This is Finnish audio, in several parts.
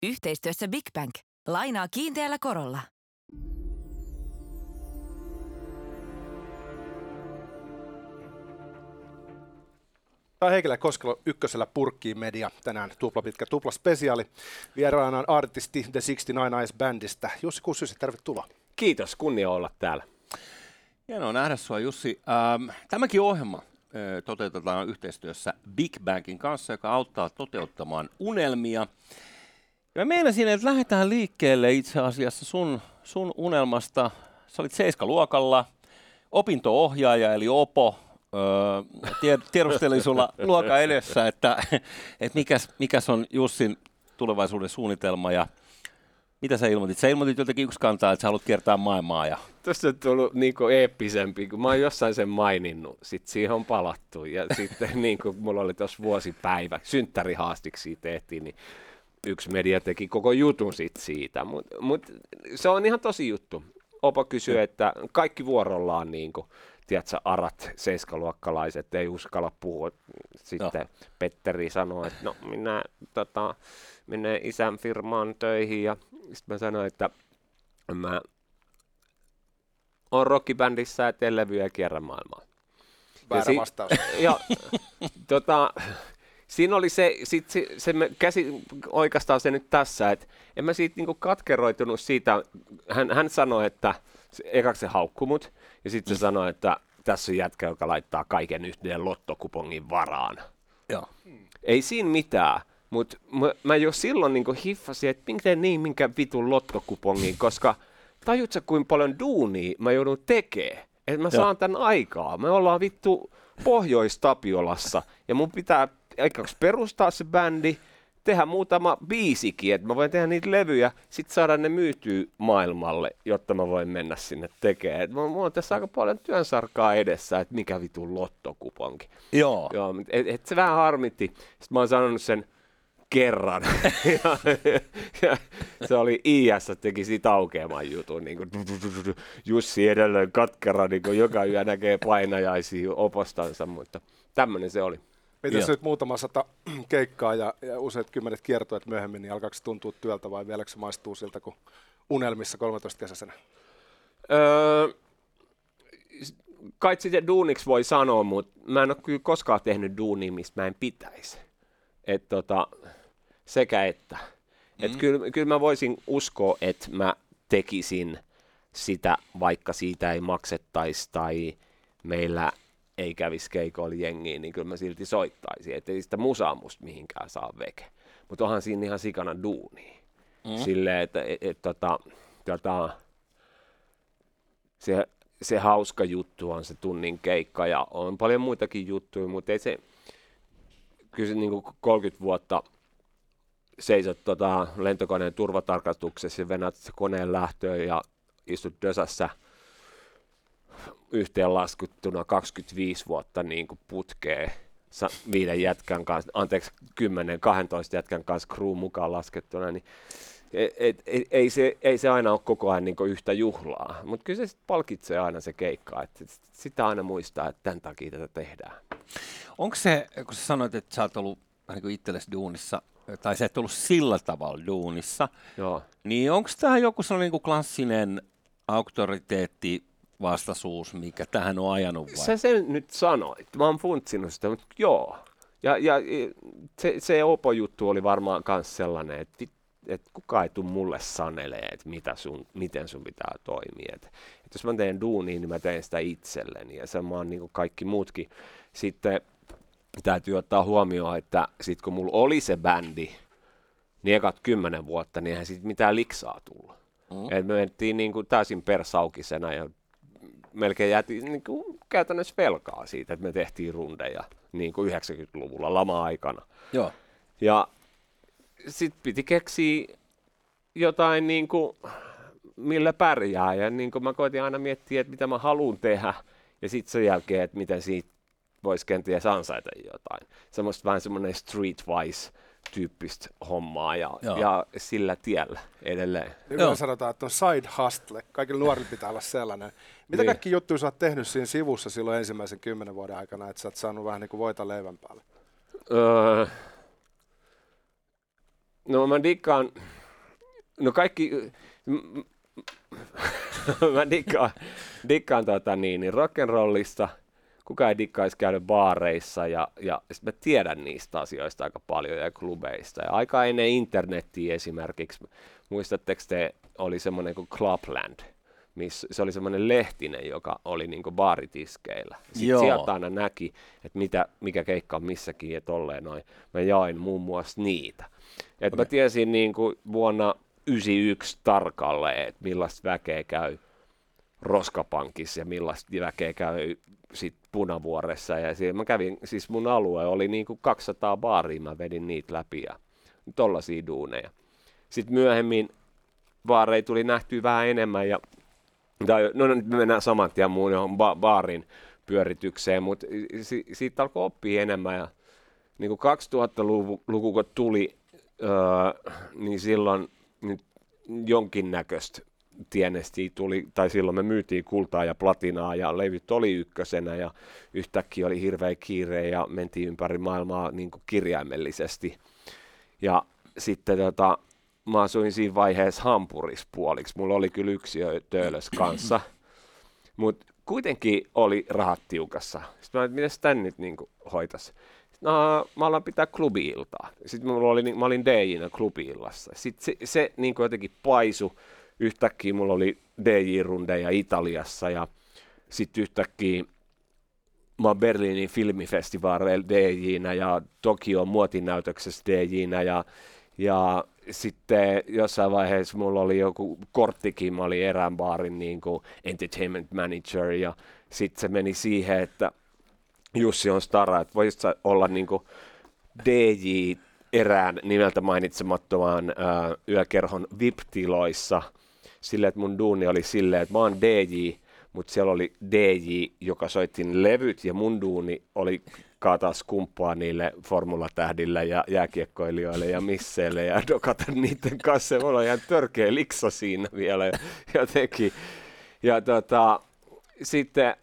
Yhteistyössä Big Bank. Lainaa kiinteällä korolla. Heikelä Koskelo ykkösellä Purkkiin Media. Tänään tuplapitkä tuplaspesiaali. Vieraana on artisti The 69 Eyes Bandista. Jussi Kussysi, tervetuloa. Kiitos, kunnia olla täällä. Hienoa nähdä sinua, Jussi. Tämäkin ohjelma toteutetaan yhteistyössä Big Bankin kanssa, joka auttaa toteuttamaan unelmia. Ja mä meinasin, että lähdetään liikkeelle itse asiassa sun unelmasta. Sä olit 7-luokalla, opinto-ohjaaja eli Opo. Tiedustelin sulla luokan edessä, että mikäs on Jussin tulevaisuuden suunnitelma ja mitä sä ilmoitit? Sä ilmoitit jotenkin yksi kantaa, että sä haluat kiertää maailmaa. Ja Tuosta on tullut niinku eeppisempi, kun mä oon jossain sen maininnut, sitten siihen on palattu ja sitten niinku mulla oli tuossa vuosipäivä, synttärihaastiksi tehtiin, niin yksi media teki koko jutun siitä, mut se on ihan tosi juttu. Opa kysyy, että kaikki vuorollaan niinku, tiedätkö, arat 7-luokkalaiset ei uskalla puhua. Sitten Petteri sanoi, että no minä menen isän firmaan töihin ja sitten mä sanoin, että mä oon rockibändissä ja teen levyjä ja kierrän maailmaa. Väärä vastaus. Ja siinä oli se oikeastaan se nyt tässä, että en mä siitä niinku katkeroitunut siitä. Hän sanoi, että ekaksi se haukkui mut ja sitten se sanoi, että tässä on jätkä, joka laittaa kaiken yhden lottokupongin varaan. Joo. Ei siinä mitään, mutta mä jo silloin niinku hiffasin, että minkä vitun lottokupongin, koska tajutsä kuinka paljon duunia mä joudun tekemään, että mä saan tän aikaa. Me ollaan vittu Pohjois-Tapiolassa ja mun pitää aikaksi perustaa se bändi, tehdä muutama biisikin, että mä voin tehdä niitä levyjä, sit saada ne myytyä maailmalle, jotta mä voin mennä sinne tekemään. Mulla on tässä aika paljon työnsarkaa edessä, että mikä vitun lottokuponki. Joo. Et se vähän harmitti. Sitten mä oon sanonut sen kerran. ja se oli IS, teki siitä aukeaman jutun. Niin kuin, Jussi edelleen katkera, niin kuin joka yö näkee painajaisia opostansa, mutta tämmöinen se oli. Mitäs nyt muutama 100 keikkaa ja useat 10 kiertueet myöhemmin, niin alkaako se tuntua työltä vai vieläkö se maistuu siltä kuin unelmissa 13-kesäisenä? Kai sitten duuniksi voi sanoa, mutta mä en ole kyllä koskaan tehnyt duunia, mistä mä en pitäisi. Sekä että. Kyllä mä voisin uskoa, että mä tekisin sitä, vaikka siitä ei maksettaisi tai meillä ei kävisi keikoilla jengiin, niin kyllä mä silti soittaisin. Että ei sitä musaa musta mihinkään saa veke. Mutta onhan siinä ihan sikana duunia. Silleen, että se hauska juttu on se tunnin keikka ja on paljon muitakin juttuja, mutta ei se, kyllä se niin kuin 30 vuotta seisot lentokoneen turvatarkastuksessa ja venät se koneen lähtöön ja istut dösässä yhteenlaskuttuna 25 vuotta niin kuin putkee 5 jätkän kanssa, 10-12 jätkän kanssa crew mukaan laskettuna, niin ei se aina ole koko ajan niin kuin yhtä juhlaa, mutta kyllä se sit palkitsee aina se keikka, että sitä aina muistaa, että tämän takia tätä tehdään. Onko se, kun sä sanoit, että sä oot ollut niin kuin itsellesi duunissa, tai sä et ollut sillä tavalla duunissa, niin onko tämä joku sellainen niin kuin klassinen auktoriteetti, vastaisuus, mikä tähän on ajanut vai? Sä sen nyt sanoit. Mä oon funtsinut sitä, mutta joo. Ja se Opo-juttu oli varmaan myös sellainen, että kukaan ei tule mulle sanelee, että miten sun pitää toimia. Että jos mä teen duunia, niin mä teen sitä itselleni. Ja samaan niin kuin kaikki muutkin. Sitten täytyy ottaa huomioon, että sit kun mulla oli se bändi, niin ekat 10 vuotta, niin eihän siitä mitään liksaa tullut. Et me mentiin niin kuin täysin persaukisena ja melkein jäätiin niin kuin käytännössä velkaa siitä, että me tehtiin rundeja niin kuin 90-luvulla lama-aikana. Joo. Ja sitten piti keksiä jotain, niin kuin, millä pärjää. Ja niin kuin mä koitin aina miettiä, että mitä mä haluan tehdä. Ja sitten sen jälkeen, että miten siitä voisi kenties ansaita jotain. Semmoista vähän semmoinen streetwise-tyyppistä hommaa ja sillä tiellä edelleen. Nyt sanotaan, että on side hustle. Kaikilla nuorilla pitää olla sellainen. Mitä kaikki juttuja sä oot tehnyt siinä sivussa silloin ensimmäisen 10 vuoden aikana, että sä oot saanut vähän niin kuin voita leivän päälle? No mä dikkaan No kaikki, mä dikkaan rock'n'rollista, kukaan ei dikkaisi käydä baareissa ja sit mä tiedän niistä asioista aika paljon ja klubeista. Ja aika ennen internettiä esimerkiksi, muistatteko te, oli semmoinen kuin Clubland, se oli semmoinen lehtinen, joka oli niinku baaritiskeillä. Sitten sieltä aina näki, että mikä keikka on missäkin ja tolleen noin. Mä jain muun muassa niitä. Et mä tiesin niinku vuonna 1991 tarkalleen, että millaista väkeä käy Roskapankissa ja millaista väkeä käy sit Punavuoressa. Ja siellä mä kävin, siis mun alue oli niinku 200 baaria, mä vedin niitä läpi ja tollaisia duuneja. Sitten myöhemmin baareja tuli nähtyä vähän enemmän ja no nyt me mennään saman tien muun johon baarin pyöritykseen, mutta siitä alkoi oppia enemmän ja niin kuin 2000-luku kun tuli, niin silloin nyt jonkinnäköistä tienestiä tuli, tai silloin me myytiin kultaa ja platinaa ja levyt oli ykkösenä ja yhtäkkiä oli hirveä kiire ja mentiin ympäri maailmaa niin kuin kirjaimellisesti. Ja sitten mä asuin siinä vaiheessa Hampurissa puoliksi. Mulla oli kyllä yksiö Töölös kanssa, mutta kuitenkin oli rahat tiukassa. Sitten mä mitäs tän nyt niin hoitas? No, mä alan pitää klubi-iltaa. Sitten mä olin DJ-nä klubi-illassa. Sitten se niin jotenkin paisu. Yhtäkkiä mulla oli DJ-rundeja Italiassa ja sitten yhtäkkiä mä oon Berliinin filmifestivaaleilla DJ-nä ja Tokion muotinäytöksessä DJ-nä ja sitten jossain vaiheessa mulla oli joku korttikin, mä olin erään baarin niin kuin entertainment manager ja sitten se meni siihen, että Jussi on stara, että voisit olla niin kuin DJ erään nimeltä mainitsemattoman yökerhon VIP-tiloissa silleen, että mun duuni oli silleen, että mä oon DJ, mutta siellä oli DJ, joka soitti levyt ja mun duuni oli kaataa skumppaa niille formulatähdille ja jääkiekkoilijoille ja misseille ja dokata niiden kanssa. Mulla on ihan törkeä liksa siinä vielä jotenkin. Ja sitten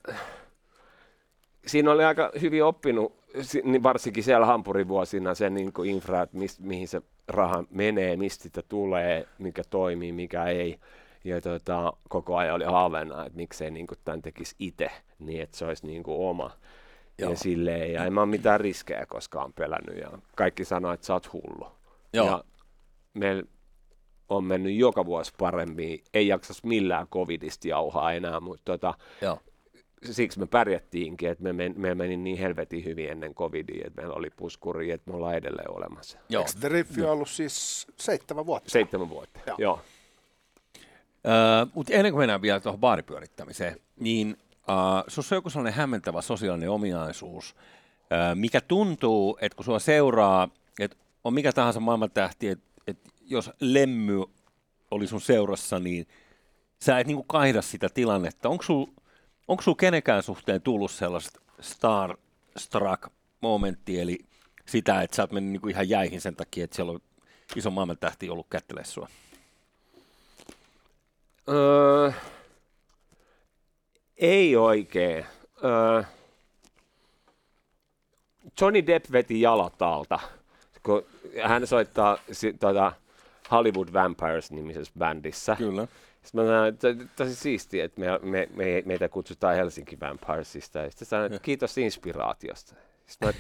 siinä oli aika hyvin oppinut, varsinkin siellä Hampurivuosina se niin kuin infra, että mihin se raha menee, mistä sitä tulee, mikä toimii, mikä ei. Ja koko ajan oli haaveena, että miksei niin kuin tämän tekisi itse, niin että se olisi niin kuin oma. Ja silleen, ja en mä ole mitään riskejä koskaan pelännyt, ja kaikki sanoo, että sä oot hullu. Joo. Ja meillä on mennyt joka vuosi paremmin, ei jaksas millään covidista jauhaa enää, mutta siksi me pärjättiinkin, että me meni niin helvetin hyvin ennen covidia, että meillä oli puskuri, että me ollaan edelleen olemassa. Eikö The Riffi ollut siis 7 vuotta? 7 vuotta, joo. Mutta ennen kuin mennään vielä tuohon baaripyörittämiseen, niin sinussa on joku sellainen hämmentävä sosiaalinen ominaisuus, mikä tuntuu, että kun sinua seuraa, että on mikä tahansa maailmantähti, että jos Lemmy oli sun seurassa, niin sä et niinku kaihda sitä tilannetta. Onko sinulla kenenkään suhteen tullut sellaista starstruck-momenttia, eli sitä, että sä oot mennyt niinku ihan jäihin sen takia, että siellä on iso maailmantähti ollut kättelee sua? Ei oikein. Johnny Depp veti jalat alta, kun hän soittaa Hollywood Vampires-nimisessä bändissä. Kyllä. Sitten mä sanoin, että tosi siistiä, että meitä kutsutaan Helsinki Vampiresista. Ja sitten sanoin, että kiitos inspiraatiosta. Sitten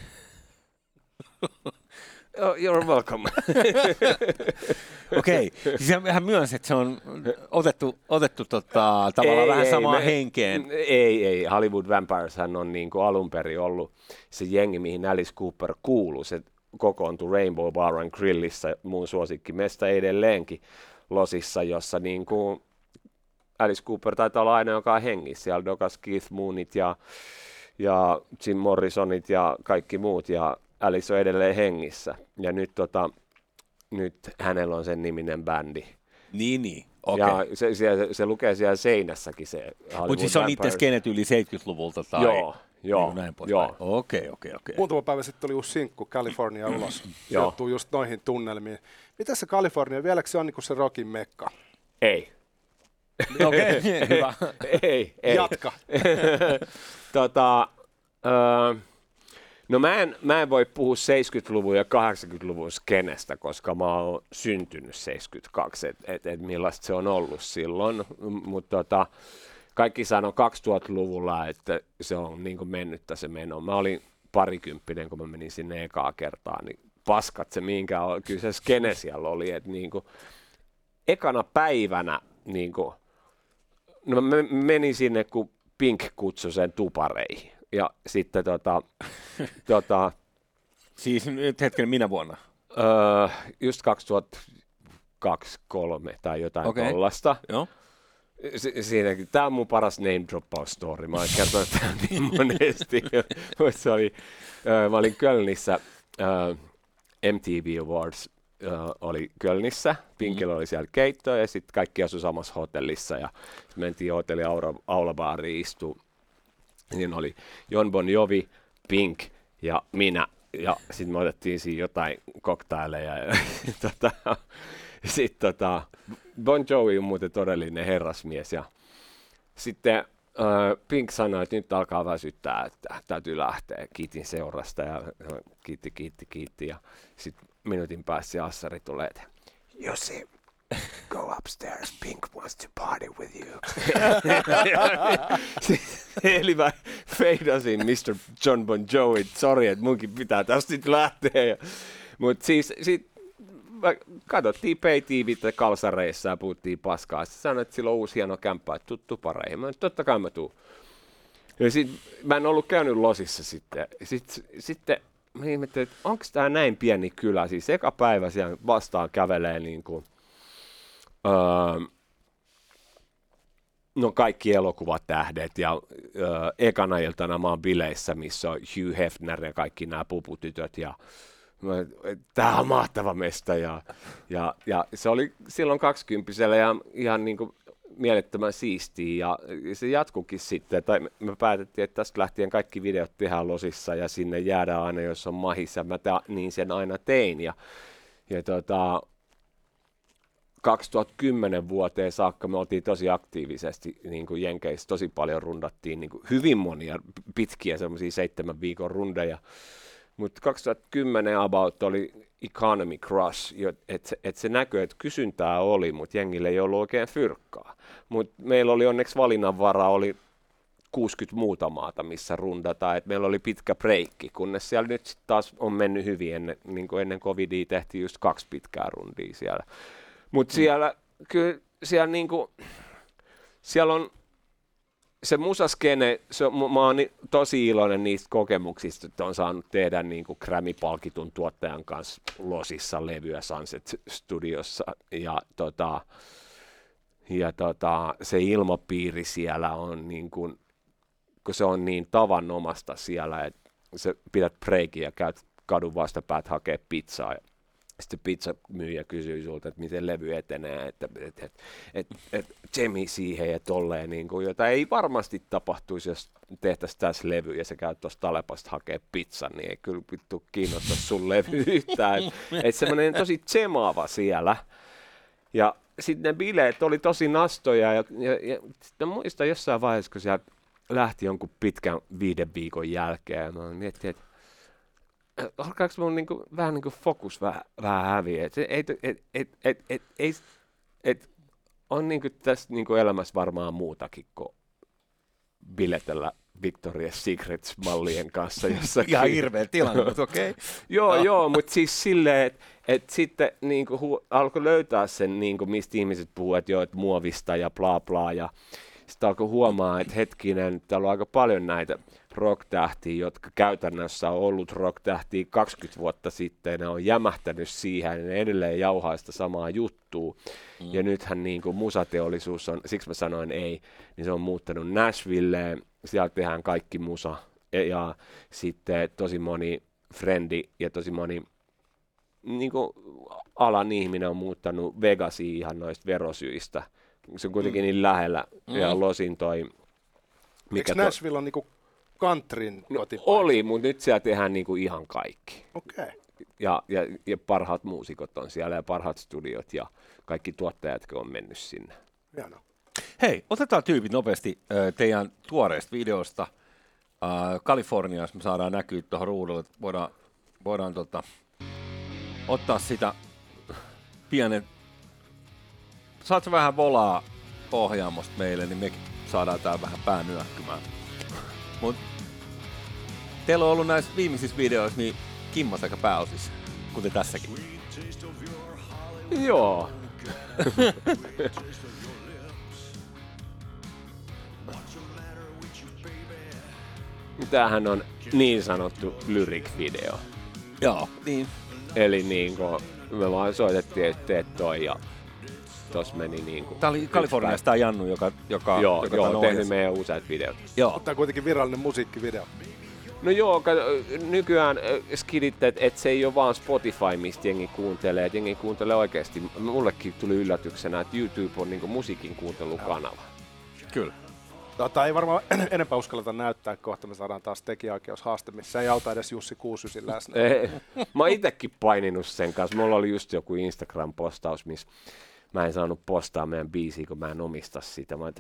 oh, you're welcome. Okei, siis hän myönsi, että se on otettu tavallaan vähän samaan henkeen. Ei. Hollywood Vampireshän on niin kuin alun perin ollut se jengi, mihin Alice Cooper kuuluu. Se kokoontui Rainbow Bar and Grillissä, mun suosikkimesta edelleenkin losissa, jossa niin kuin Alice Cooper taitaa olla aina, joka on hengissä. Siellä dokas Keith Moonit ja Jim Morrisonit ja kaikki muut, ja Alice on edelleen hengissä. Ja nyt hänellä on sen niminen bändi. Niin. Okay. Ja se lukee siellä seinässäkin se Hollywood. Mutta siis on itse skenet yli 70-luvulta tai joo, näin pois. Okei. Muutama päivä sitten tuli uusi sinkku California ulos. Sijoittuu just noihin tunnelmiin. Mitä se California, vieläkö se on niinku se rockin mekka? Ei. Okei, hyvä. Ei. Jatka. No mä en voi puhua 70-luvun ja 80-luvun skenestä, koska mä oon syntynyt 72, että millaista se on ollut silloin, mutta kaikki sanoo 2000-luvulla, että se on niin kuin mennyttä se meno. Mä olin parikymppinen, kun mä menin sinne ekaa kertaa, niin paskat se minkä on, kyllä se skene siellä oli, että niin kuin ekana päivänä, niin kuin, no mä menin sinne, kun Pink kutsui sen tupareihin. Ja sitten Siis nyt hetken minä vuonna? Just 2023 tai jotain tollasta. Joo. Siinäkin. Tämä on mun paras name droppaus story. Mä oon kertonut tämän niin monesti. Mä olin Kölnissä, MTV Awards oli Kölnissä. Pinkillä oli siellä keitto ja sitten kaikki asui samassa hotellissa. Ja mentiin hotelli Aulabaariin istuun. Siinä oli Jon Bon Jovi, Pink ja minä. Ja sitten me otettiin siinä jotain koktaileja. Ja sitten Bon Jovi on muuten todellinen herrasmies. Ja sitten Pink sanoi, että nyt alkaa väsyttää, että täytyy lähteä. Kiitin seurasta ja kiitti. Ja sitten minuutin päässä Assari tulee, että Jussi, go upstairs, Pink wants to party with you. Eli mä feidasin Mr. Jon Bon Jovi, sorry, että munkin pitää tästä nyt lähteä. Mutta siis katsottiin pay-tv:tä kalsareissa ja puhuttiin paskaa. Sitten sanoin, että sillä on uusi hieno kämppä, että tuu tupareihin. Mä totta kai mä tuun. Ja sitten mä en ollut käynyt Losissa sitten. Sitten mä ihmettelin, että onko tämä näin pieni kylä. Siis eka päivä siellä vastaan kävelee niin kuin, no kaikki elokuvatähdet ja ekana iltana mä oon bileissä, missä on Hugh Hefner ja kaikki nämä puputytöt ja tämä on mahtava mesta ja se oli silloin 20-vuotiaalla ja ihan niin kuin mielettömän siistiä ja se jatkuikin sitten, tai me päätettiin, että tästä lähtien kaikki videot tehdään Losissa ja sinne jäädään aina, jos on mahissa, niin sen aina tein ja 2010 vuoteen saakka me oltiin tosi aktiivisesti niin kuin Jenkeissä, tosi paljon rundattiin niin kuin hyvin monia pitkiä semmoisia 7 viikon rundeja. Mutta 2010 about oli economy crush, että se näkyy, että kysyntää oli, mutta jengille ei ollut oikein fyrkkaa. Mutta meillä oli onneksi valinnanvara, oli 60 muuta maata, missä rundataan, että meillä oli pitkä breikki, kunnes siellä nyt sit taas on mennyt hyvin, ennen covidia tehtiin just 2 pitkää rundia siellä. Mutta siellä, kyllä siellä, niinku, siellä on se musaskene, mä oon tosi iloinen niistä kokemuksista, että on saanut tehdä niinku Grammy-palkitun tuottajan kanssa Losissa levyä Sunset Studiossa. Ja se ilmapiiri siellä on, niinku, kun se on niin tavanomasta siellä, että sä pidät breikin ja käyt kadun vastapäät hakee pizzaa. Sitten pizzamyyjä kysyy sulta, että miten levy etenee, että Jamie siihen ja tolleen, niin kuin, jota ei varmasti tapahtuisi, jos tehtäisiin tässä levy ja sä käyt tuosta Talepasta hakee pizzan, niin ei kyllä vittu kiinnosta sun levy yhtään. Että semmoinen tosi tsemaava siellä. Ja sitten ne bileet oli tosi nastoja ja sitten muistan jossain vaiheessa, kun siellä lähti jonkun pitkän 5 viikon jälkeen ja mä mietin, että alkaako mun niinku, vähän niinku fokus vähän häviä, on niinku tässä niinku elämässä varmaan muutakin kuin biletellä Victoria's Secrets-mallien kanssa jossakin. Ihan hirveä tilanne, mutta okei. Joo, mutta siis silleen, että sitten niinku alkoi löytää sen, niinku, mistä ihmiset puhuu, että joo, että muovista ja bla bla, ja sitten alkoi huomaa, että hetkinen, täällä on aika paljon näitä rock-tähtiä, jotka käytännössä on ollut rock-tähtiä 20 vuotta sitten, ne on jämähtänyt siihen, ja ne edelleen jauhaa sitä samaa juttua. Ja nythän niin kuin musateollisuus on, siksi mä sanoin ei, niin se on muuttanut Nashvilleen, siellä tehdään kaikki musa, ja sitten tosi moni frendi ja tosi moni niin kuin alan ihminen on muuttanut Vegasiin ihan noista verosyistä. Se on kuitenkin niin lähellä, ja Losin toi... Eikö Nashville on niinku countryn kotipaikka? Oli, mutta nyt siellä tehdään niinku ihan kaikki. Okei. Ja parhaat muusikot on siellä, ja parhaat studiot, ja kaikki tuottajatkin on mennyt sinne. Hienoa. Hei, otetaan tyypit nopeasti teidän tuoreesta videosta. Kaliforniassa me saadaan näkyä tuohon ruudulle, että voidaan ottaa sitä pienen, saatko vähän volaa ohjaamosta meille, niin mekin saadaan tää vähän pää nyökkymään. Mut teillä on ollut näissä viimeisissä videoissa niin kimmas aika pääosissa, kuten tässäkin. Joo. Tämähän on niin sanottu lyric-video. Joo, niin. Eli niinku me vaan soitettiin, että teet toi ja tos meni niinku. Tää oli Kaliforniasta tää Jannu, joka tehnyt meidän useat videot. Joo. Tämä on kuitenkin virallinen musiikkivideo. No joo, nykyään skidit, että se ei ole vaan Spotify, mistä jengi kuuntelee, että jengi kuuntelee oikeasti. Mullekin tuli yllätyksenä, että YouTube on niinku musiikin kuuntelukanava. Kyllä. Ei varmaan enempää uskalleta näyttää, kohta me saadaan taas tekijäoikeushaaste, missä ei auta edes Jussi 69 läsnä. Mä oon itekin paininut sen kanssa. Mulla oli just joku Instagram-postaus, missä mä en saanut postaa meidän biisiä, kun mä en omista sitä. Mä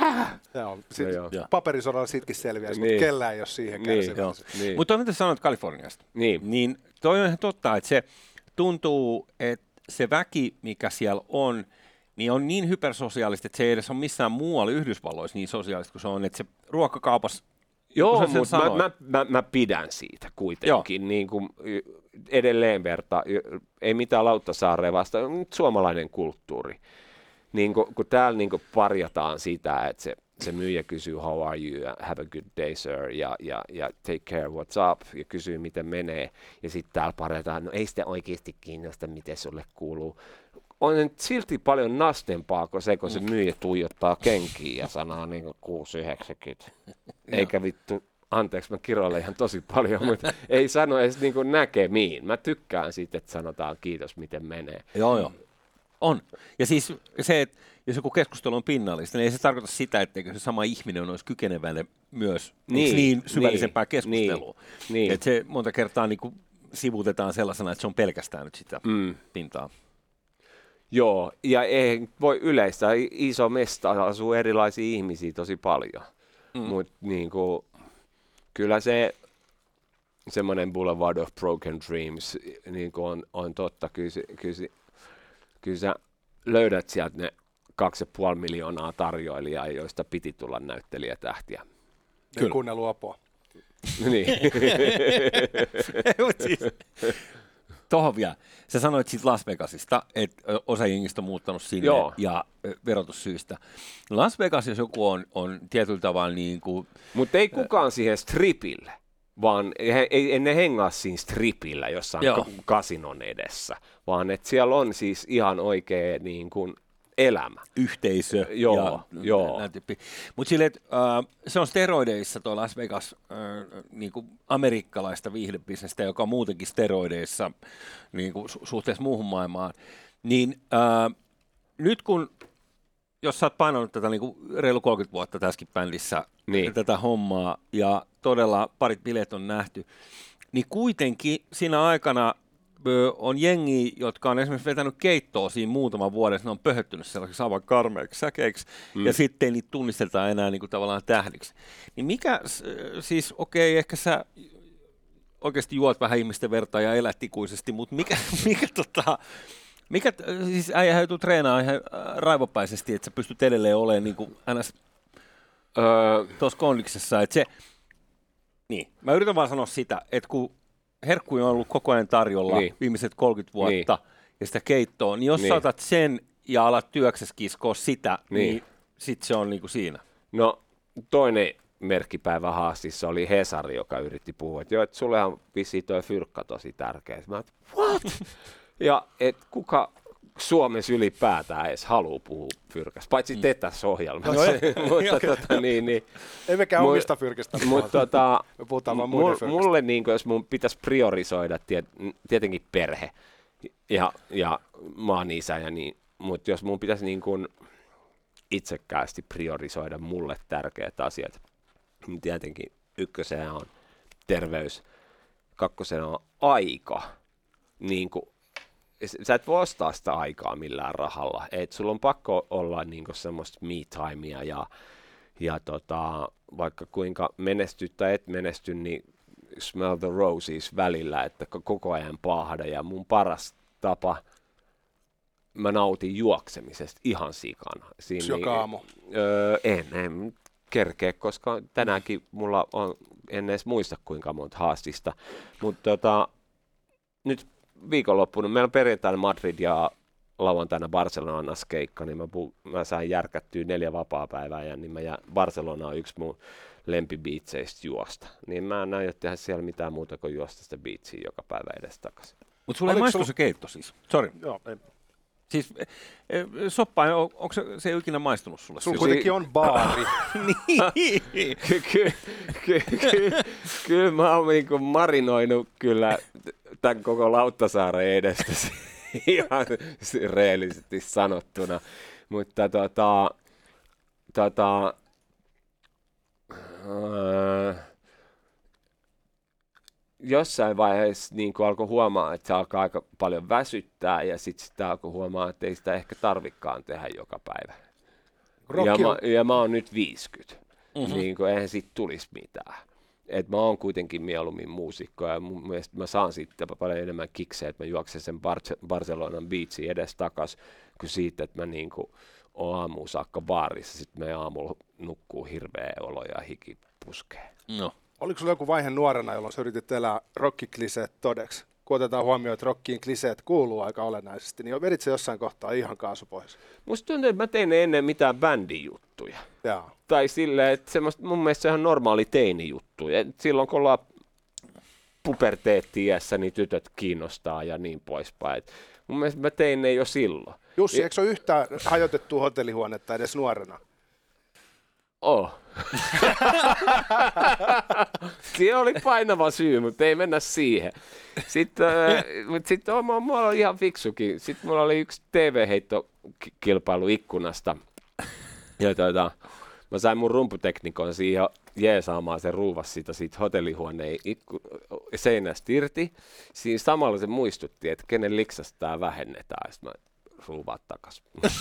Paperisodalla sitkin selviäisi, mutta kellään ei ole siihen kärsivänsä. Niin. Mutta toi mitä sanoit Kaliforniasta, niin toi on ihan totta, että se tuntuu, että se väki, mikä siellä on, niin on niin hypersosiaalista, että se ei edes ole missään muualla Yhdysvalloissa niin sosiaalista kuin se on, että se ruokakaupassa. Joo, mutta mä pidän siitä kuitenkin. Niin kuin edelleen verta, ei mitään Lauttasaareen vasta, nyt suomalainen kulttuuri. Niin kun täällä niin parjataan sitä, että se myyjä kysyy how are you, have a good day sir, ja take care, what's up, ja kysyy miten menee. Ja sitten täällä parjataan, no ei sitä oikeasti kiinnosta, miten sulle kuuluu. On silti paljon nastempaa kuin se, kun se myyjä tuijottaa kenkiä ja sanoo niin 6,90. Eikä vittu, anteeksi mä kiroilen ihan tosi paljon, mutta ei sano edes niin kuin näkemiin. Mä tykkään siitä, että sanotaan kiitos, miten menee. Joo. On. Ja siis se, että jos joku keskustelu on pinnallista, niin ei se tarkoita sitä, etteikö se sama ihminen olisi kykenevälle myös niin syvällisempää keskustelua. Niin. Että se monta kertaa niin kuin sivutetaan sellaisena, että se on pelkästään nyt sitä pintaa. Joo, ja ei voi yleistää. Iso mesta asuu erilaisia ihmisiä tosi paljon. Mutta niinku, kyllä se semmoinen Boulevard of Broken Dreams niinku on totta. Kyllä sä löydät sieltä ne 2,5 miljoonaa tarjoilijaa, joista piti tulla näyttelijätähtiä. Kyllä. Kun ne luopua. Niin. Tuohon vielä. Sä sanoit siitä Las Vegasista, että osa jengistä on muuttanut sinne ja verotussyistä. Las Vegas, jos joku on tietyllä tavalla niin kuin... Mutta ei kukaan siihen stripille, vaan ei ne hengaa siinä stripillä jossain kasinon edessä, vaan että siellä on siis ihan oikea niin kuin elämä. Yhteisö. Joo. Mutta silleen, se on steroideissa tuo Las Vegas niin kuin amerikkalaista viihdebisnestä, joka on muutenkin steroideissa niin kuin suhteessa muuhun maailmaan. Niin nyt kun, jos sä oot painanut tätä niin kuin reilu 30 vuotta tässäkin bändissä, tätä hommaa, ja todella parit bileet on nähty, niin kuitenkin siinä aikana on jengi, jotka on esimerkiksi vetänyt keittoa siinä muutaman vuoden, ne on pöhöttynyt sellaiseksi aivan karmeiksi säkeiksi, ja sitten niitä tunnistetaan enää niin kuin tavallaan tähdiksi. Niin mikä, siis okei, ehkä sä oikeasti juot vähän ihmisten vertaa ja elät ikuisesti, mutta mikä siis äijä joutuu treenaamaan ihan raivopäisesti, että sä pystyt edelleen olemaan niin kuin ns. Tuossa kondiksessa, että se, niin, mä yritän vaan sanoa sitä, että kun herkkuja on ollut koko ajan tarjolla viimeiset 30 vuotta ja sitä keittoa, niin jos sä otat sen ja alat työksessä kiskoa sitä, niin sit se on niinku siinä. No toinen merkkipäivä haastissa oli Hesari, joka yritti puhua, että joo, että sullehan vissiin toi fyrkka tosi tärkeä. Mä oon, what? Ja et kuka Suomessa ylipäätään edes haluaa puhua fyrkästä, paitsi te tässä ohjelmassa. Ei mekään omista fyrkistä. Me puhutaan vaan muiden fyrkästä. Mulle, niin jos mun pitäisi priorisoida, tietenkin perhe ja maan isä, ja niin, mutta jos mun pitäisi niin kuin itsekkäästi priorisoida mulle tärkeät asiat, niin tietenkin ykkösenä on terveys, kakkosena on aika. Niin kuin, sä et voi ostaa sitä aikaa millään rahalla. Et sulla on pakko olla niinku semmoista me-timea ja vaikka kuinka menestyt tai et menesty, niin smell the roses välillä, että koko ajan paahda. Ja mun paras tapa, mä nautin juoksemisesta ihan sikana. Joka aamu? En kerkeä, koska tänäänkin mulla on, en edes muista kuinka monta haastista. Mutta nyt viikonloppuna, meillä on perjantaina Madrid ja lauantaina Barcelonassa keikka, niin mä sain järkättyä 4 vapaapäivää, ja niin Barcelona on yksi mun lempibiitseistä juosta. Niin mä en aio tehdä siellä mitään muuta kuin juosta sitä biitsiä joka päivä edes takaisin. Mutta sulla ei maistu se keitto siis? Sori. Joo, ei. Siis soppa, onko se ikinä maistunut sulle? Sulla kuitenkin on baari. Niin. Kyllä mä oon niinku marinoinut kyllä tämän koko Lauttasaaren edestä ihan reellisesti sanottuna. Mutta jossain vaiheessa niin alkoi huomaa, että se alkaa aika paljon väsyttää, ja sitten sitä alkoi huomaa, että ei sitä ehkä tarvikaan tehdä joka päivä. Ja mä oon nyt 50. Niin eihän siitä tulisi mitään. Et mä oon kuitenkin mieluummin muusikko, ja mun mielestä mä saan siitä paljon enemmän kikseä, että mä juoksen sen Barcelonan beachiin edes takas, kuin siitä, että mä niinku oon aamuun saakka baarissa, sitten me aamulla nukkuu hirveä olo ja hiki puskee. No. Oliko sulla joku vaihe nuorena, jolloin sä yritit elää rock-kliseet todeksi? Kun otetaan huomioon, että rockiin kliseet kuuluu aika olennaisesti, niin vedit se jossain kohtaa ihan kaasupohjassa? Musta tuntuu, että mä tein ennen mitään bändijuttuja. Jaa. Tai silleen, että mun mielestä se on normaali teinijuttu. Et silloin kun ollaan puberteetti-iässä, niin tytöt kiinnostaa ja niin poispäin. Et mun mielestä mä tein ne jo silloin. Jussi, eikö se ole yhtään hajotettua hotellihuonetta edes nuorena? Siinä oli painava syy, mutta ei mennä siihen. Sitten mulla oli ihan fiksukin. Sitten mulla oli yksi TV-heittokilpailu ikkunasta. Ja mä sain mun rumputeknikon siihen jeesaamaan sen ruuvas siitä hotellihuoneen seinästä irti. Siinä samalla se muistutti, että kenen liksasta tää vähennetään. Sitten mä ruuvaat takas.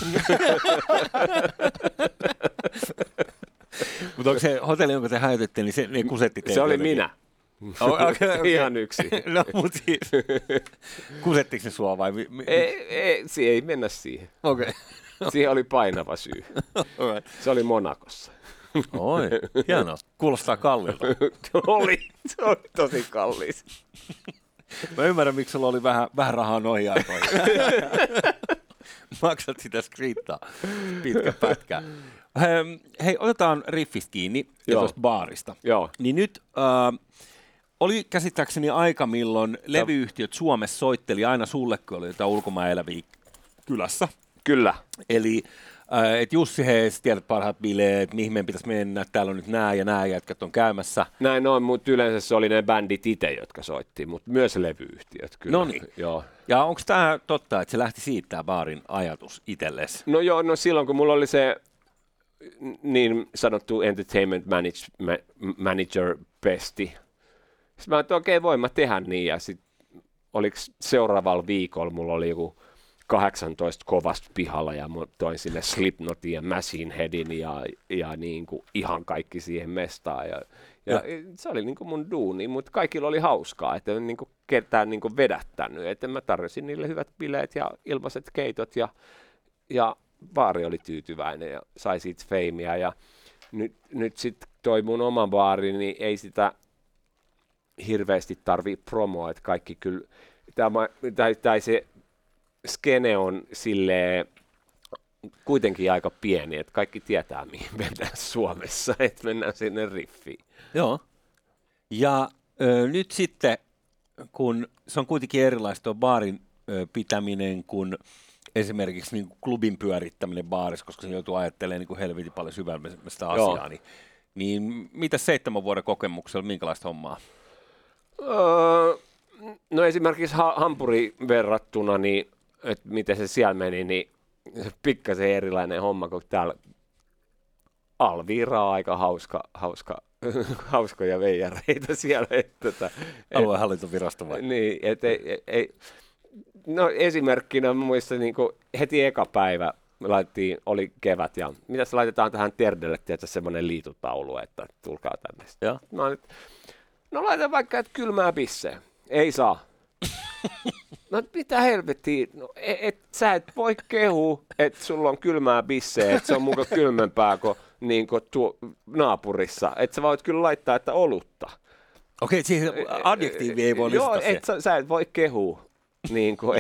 Mutta onko se hotelli, jonka te hajotettiin, niin ne kusetti teitä? Se oli minä. Okay. Ihan yksi. No, mutta siis, kusettiko se sua vai? Ei mennä siihen. Okay. Siihen oli painava syy. Se oli Monakossa. Oi, hienoa. Kuulostaa kalliilta. Se oli tosi kallis. Mä ymmärrän, miksi sulla oli vähän rahaa noihin aikoihin. Maksat sitä skriittaa pitkä pätkä. Hei, otetaan riffistä kiinni ja tuosta baarista. Joo. Niin nyt oli käsittääkseni aika, milloin levyyhtiöt Suomessa soitteli aina sulle, kun oli jotain ulkomaan eläviä kylässä. Kyllä. Eli että Jussi, hei, sä tiedät parhaat bileet, mihin meidän pitäisi mennä, täällä on nyt nämä ja nämä jätkät on käymässä. Näin on, mutta yleensä se oli ne bändit itse, jotka soitti, mutta myös levyyhtiöt kyllä. Noniin. Joo. Ja onko tämä totta, että se lähti siitä tämä baarin ajatus itsellesi? No joo, no silloin kun mulla oli se niin sanottu entertainment manager pesti, sitten mä ajattelin, okei, voin mä tehdä niin, ja sitten oliko seuraavalla viikolla mulla oli joku 18 kovasta pihalla, ja mä toin sinne Slipknotin ja Machine Headin ja niin kuin ihan kaikki siihen mestaan. Ja se oli niin kuin mun duuni, mutta kaikilla oli hauskaa, että en niin kuin ketään niin kuin vedättänyt. Että mä tarjosin niille hyvät bileet ja ilmaiset keitot, ja baari oli tyytyväinen ja sai siitä feimiä. Ja nyt sitten toi mun oma baari, niin ei sitä hirveästi tarvii promoa, että kaikki kyllä, tai se skene on silleen kuitenkin aika pieni, että kaikki tietää, mihin mennään Suomessa, että mennään sinne riffiin. Joo. Ja nyt sitten, kun se on kuitenkin erilaista tuo baarin pitäminen kuin esimerkiksi niin kuin klubin pyörittäminen baarissa, koska se joutuu ajattelemaan niin kuin helvetin paljon syvällisestä asiaa, niin mitä 7 vuoden kokemuksella, minkälaista hommaa? No esimerkiksi Hampuriin verrattuna, niin että miten se siellä meni, niin pikkasen erilainen homma, kun täällä Alviira on aika hauskoja veijareita siellä. Aluehallintovirasto vai? Niin, no esimerkkinä muistan niin heti eka päivä me laitettiin, oli kevät ja mitäs laitetaan tähän Terdelle, tietysti semmoinen liitutaulu, että tulkaa tänne. Joo. Mä nyt, no laita vaikka, että kylmää bissejä. Ei saa. No mitä helvettiä, no, sä et voi kehua, että sulla on kylmää bissejä, että se on muka kylmempää kuin naapurissa. Että sä voit kyllä laittaa, että olutta. Okei, siihen adjektiivi ei voi lisätä. Joo, sä et voi kehua. Niin kuin,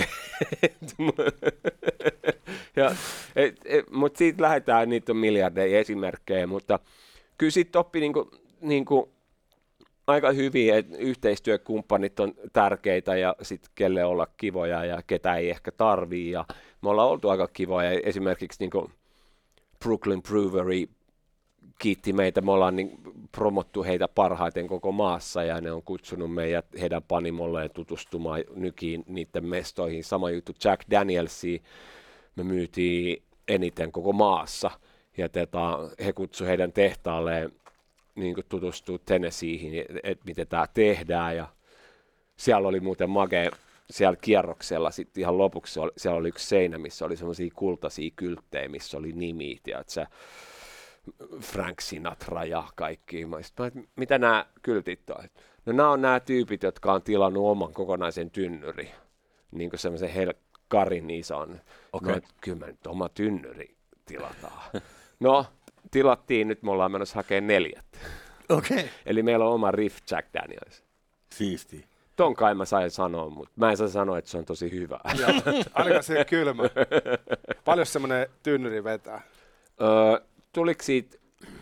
mutta siitä lähdetään, niitä on miljardeja esimerkkejä, mutta kyllä siitä oppi niinku aika hyvin, että yhteistyökumppanit on tärkeitä ja sitten kelle olla kivoja ja ketä ei ehkä tarvii. Ja me ollaan oltu aika kivoja, esimerkiksi niinku Brooklyn Brewery kiitti meitä, me ollaan promottu heitä parhaiten koko maassa ja ne on kutsunut meidät heidän panimolleen tutustumaan nykiin niiden mestoihin. Sama juttu Jack Danielsia me myytiin eniten koko maassa ja he kutsuivat heidän tehtaalleen niin tutustua Tennesseeihin, että miten tämä tehdään ja siellä oli muuten makea, siellä kierroksella sitten ihan lopuksi siellä oli yksi seinä, missä oli semmoisia kultaisia kylttejä, missä oli nimiä, tiedätkö, Frank Sinatra ja kaikki. Mitä nämä kyltit on? No nämä on nämä tyypit, jotka on tilannut oman kokonaisen tynnyri, niin kuin semmoisen Karin ison. Okay. No, kyllä me nyt oma tynnyri tilataan. No, tilattiin, nyt me ollaan menossa hakemaan 4. Okay. Eli meillä on oma Riff Jack Daniels. Siisti. Ton kai mä sain sanoa, mutta mä en saa sanoa, että se on tosi hyvä. Ainakaan se kylmä. Paljon semmoinen tynnyri vetää? Tuliko siitä,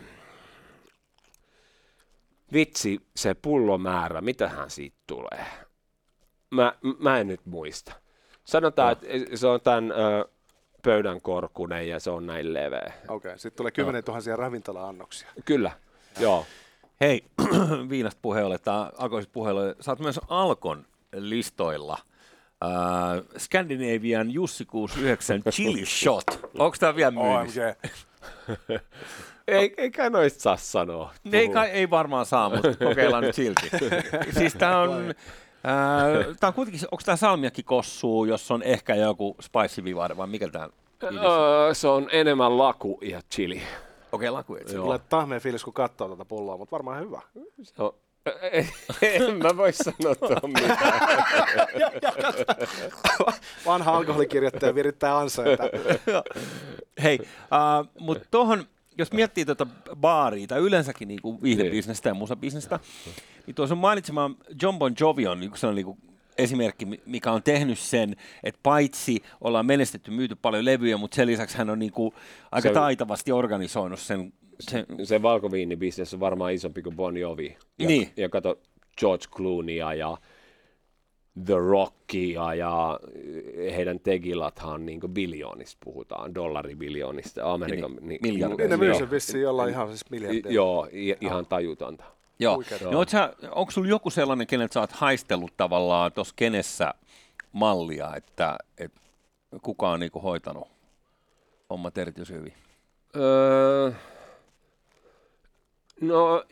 vitsi, se pullomäärä, mitähän siitä tulee? Mä en nyt muista. Sanotaan, että se on tämän pöydän korkunen ja se on näin leveä. Okei, sitten tulee 10 000 ravintola-annoksia. Kyllä, joo. Hei, viinasta puheelle, alkoisit puheelle. Sä oot myös Alkon listoilla. Scandinavian Jussi 69 Chili Shot. Onko tää vielä myynnissä? Eikä noista saa sanoa. Ei varmaan saa, mutta kokeillaan nyt silti. Siis tää on kuitenkin, onko tää salmiakki kossuu, jos on ehkä joku spicy vivare, vai mikä tää se on enemmän laku ja chili. Okei, laku. Tulee tahmeen fiilis, kun katsoo tätä pulloa, mutta varmaan hyvä. Se on, en mä voi sanoa tuohon mitään. Vanha alkoholikirjoittaja virittää ansaita. Hei, mutta tuohon, jos miettii tuota baaria tai yleensäkin niinku viihdebisnestä ja musabisnestä, niin tuossa on mainitsemaan John Bon Jovi on yksi sellainen niinku esimerkki, mikä on tehnyt sen, että paitsi ollaan menestetty, myyty paljon levyjä, mutta sen lisäksi hän on niinku aika taitavasti organisoinut sen. Se valkoviinibisnes on varmaan isompi kuin Bon Jovi. Ja kato George Clooneya ja The Rockia ja heidän tegilathan niin biljoonista puhutaan, dollaribiljoonista, Amerikan miljardeja. Ne myy sen vissiin jollain ihan siis miljardeja. Joo, ihan tajutonta. Joo. No, onko sulla joku sellainen, keneltä sä oot haistellut tavallaan tuossa kenessä mallia, että kuka on niinku hoitanut hommat erityisen hyvin? No,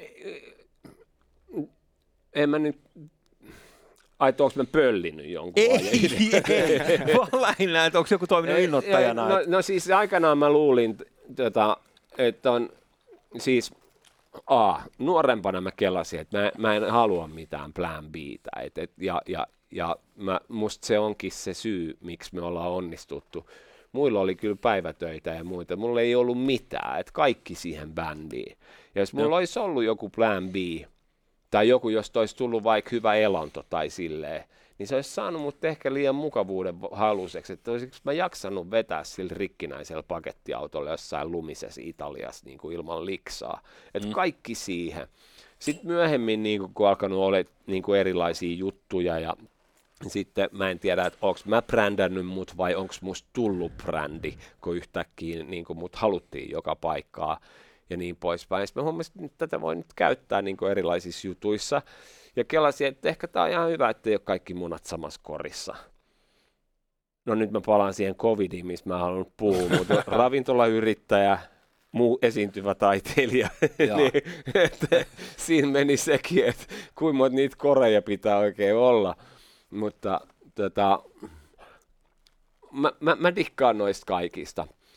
en mä nyt. Ai, onko mä pöllinyt jonkun? Ei, vaan lähinnä, että onko joku toiminut innoittajana? No siis aikanaan mä luulin, että on siis nuorempana mä kelasin, että mä en halua mitään plan B:tä. Ja musta se onkin se syy, miksi me ollaan onnistuttu. Muilla oli kyllä päivätöitä ja muita. Mulla ei ollut mitään, että kaikki siihen bändiin. Ja jos mulla olisi ollut joku plan B, tai joku, jos olisi tullut vaikka hyvä elanto tai silleen, niin se olisi saanut mut ehkä liian mukavuuden haluseksi, että olisiko mä jaksanut vetää sillä rikkinäisellä pakettiautolla jossain lumisessa Italiassa niin kuin ilman liksaa. Että kaikki siihen. Sitten myöhemmin, niin kun alkanut olla niin kuin erilaisia juttuja ja sitten mä en tiedä, että onko mä brändännyt mut vai onko musta tullut brändi, kun yhtäkkiä niin kuin mut haluttiin joka paikkaa ja niin poispäin. Sitten mä huomasin, että tätä voi nyt käyttää niin kuin erilaisissa jutuissa. Ja kelasin, että ehkä tää on ihan hyvä, että ei ole kaikki munat samassa korissa. No nyt mä palaan siihen covidiin, mistä mä haluan puhua, mutta ravintolayrittäjä, muu esiintyvä taiteilija, niin, siinä meni sekin, että kuinka monta niitä koreja pitää oikein olla. Mutta mä dikkaan noista kaikista.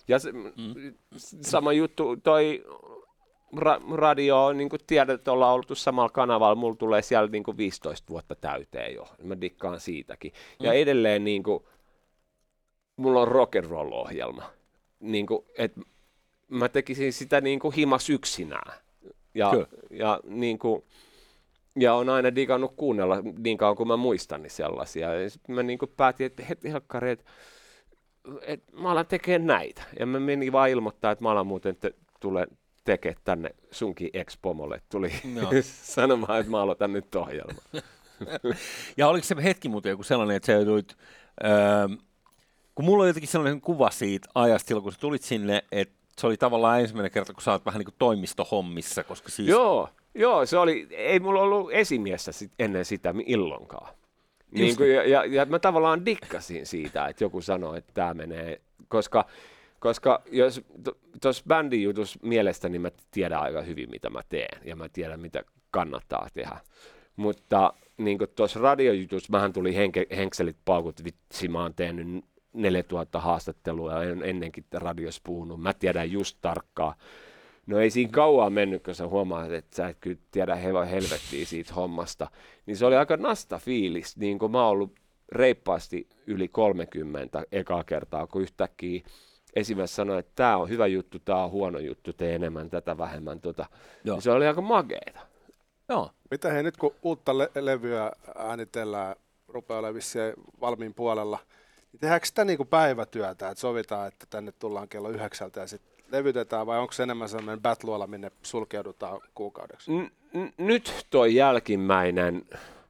Ja sama juttu, toi radio, niin kuin tiedät, että ollaan oltu samalla kanavalla, mulla tulee siellä niin kuin 15 vuotta täyteen jo. Mä dikkaan siitäkin. Ja edelleen niin kuin, mulla on rock'n'roll-ohjelma. Niin kuin, että mä tekisin sitä niin kuin himas yksinään. Ja niin kuin, ja on aina digannut kuunnella niin kauan kuin mä muistan niin sellaisia. Ja sitten mä niin kuin päätin, että helkkari, että mä alan tekemään näitä. Ja mä menin vaan ilmoittaa, että mä alan muuten tulee tekemään tänne sunkin ex-pomolle. Tuli sanomaan, että mä aloitan nyt ohjelman. Ja oliko se hetki muuten joku sellainen, että sä jouduit, kun mulla on jotenkin sellainen kuva siitä ajasta silloin, kun sä tulit sinne, että se oli tavallaan ensimmäinen kerta, kun sä oot vähän niin kuin toimistohommissa, koska siis... Joo, se oli, ei mulla ollut esimiestä ennen sitä illoinkaan. Niin kuin, ja mä tavallaan dikkasin siitä, että joku sanoi, että tämä menee, koska jos tuossa bändin jutussa mielestäni mä tiedän aika hyvin, mitä mä teen, ja mä tiedän, mitä kannattaa tehdä. Mutta niin kuin tuossa radiojutussa mähän tuli henkselit paukut, vitsi, mä oon tehnyt 4000 haastattelua ja ennenkin radiossa puhunut, mä tiedän just tarkkaan. No ei siinä kauan mennyt, kun sä huomaat, että sä et kyllä tiedä helvettiä siitä hommasta. Niin se oli aika nasta fiilis, niin kuin mä oon ollut reippaasti yli 30 ekaa kertaa, kun yhtäkkiä esimerkiksi sanoi, että tää on hyvä juttu, tää on huono juttu, tee enemmän, tätä vähemmän. Niin se oli aika mageeta. Joo. Mitä hei, nyt kun uutta levyä äänitellään, rupeaa olemaan vissiin valmiin puolella, niin tehdäänkö sitä niin kuin päivätyötä, että sovitaan, että tänne tullaan kello 9 ja sitten levytetään, vai onko se enemmän sellainen battluola, minne sulkeudutaan kuukaudeksi? Nyt tuo jälkimmäinen,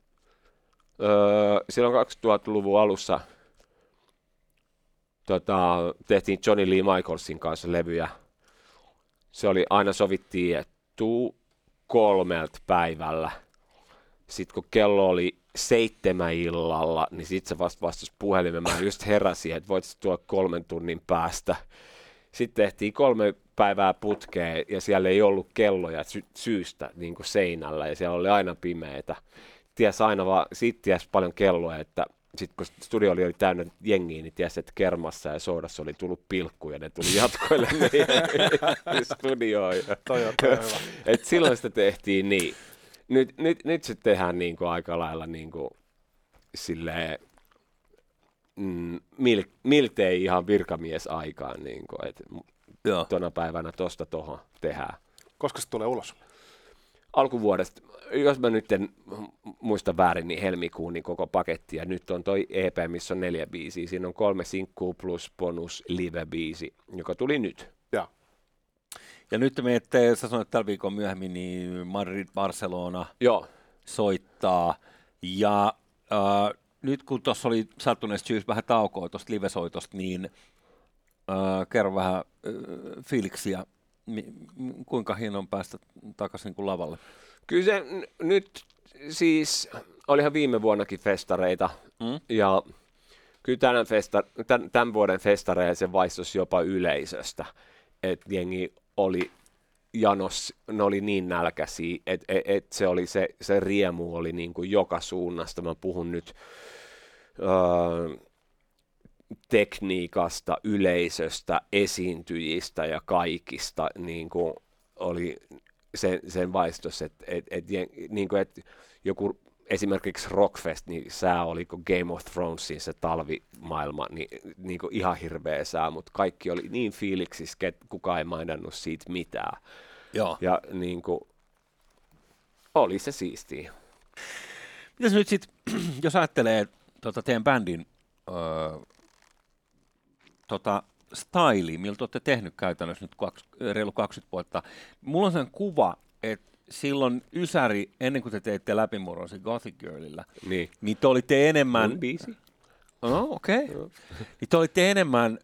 silloin 2000-luvun alussa tehtiin Johnny Lee Michaelsin kanssa levyjä. Se oli, aina sovittiin, että tuu 3 päivällä. Sitten kun kello oli 7 illalla, niin sitten se vastas puhelimeen. Mä just heräsin, että voit tuoda 3 tunnin päästä. Sitten tehtiin 3 päivää putkeen ja siellä ei ollut kelloja syystä niin kuin seinällä ja siellä oli aina pimeätä. Siitä tiesi paljon kelloja, että sitten kun studio oli täynnä jengiä, niin tiesi, että kermassa ja soodassa oli tullut pilkku ja ne tuli jatkoille meidän studioon. Toi on hyvä. Et silloin sitä tehtiin niin. Nyt se tehdään niin kuin aika lailla niin kuin silleen, miltei ihan virkamiesaikaan, niin kuin, että tuona päivänä tosta tohon tehdään. Koska se tulee ulos? Alkuvuodesta, jos mä nyt en muista väärin, niin helmikuun niin koko paketti, ja nyt on toi EP, missä on 4 biisiä, siinä on 3 sinkkuu plus bonus live-biisi, joka tuli nyt. Ja nyt te menette, sä sanoit tällä viikon myöhemmin, niin Madrid, Barcelona soittaa, ja nyt kun tuossa oli sattuneesta syystä vähän taukoa tuosta livesoitosta, niin kerro vähän fiiliksiä, kuinka hienoa on päästä takaisin niin kuin lavalle? Kyllä se nyt siis, olihan viime vuonnakin festareita, ja kyllä tämän vuoden festareja se vaistosi jopa yleisöstä, että jengi oli janos, ne oli niin nälkäisiä, että se oli se riemu oli niin kuin joka suunnasta. Mä puhun nyt tekniikasta, yleisöstä, esiintyjistä ja kaikista, niin kuin oli sen vaistos, että joku esimerkiksi Rockfest, niin sää oli kuin Game of Thronesin se talvimaailma, niin kuin ihan hirveä sää, mutta kaikki oli niin fiiliksissä, että kukaan ei maininnut siitä mitään. Joo. Ja niin kuin, oli se siistiä. Mitäs nyt sitten, jos ajattelee teidän bändin styliä, miltä olette tehnyt käytännössä nyt reilu 20 vuotta, mulla on sen kuva, että silloin Ysäri, ennen kuin te teitte läpimurron sen Gothic Girlillä, niin te olitte enemmän... On biisi. Okei. Niin te olitte enemmän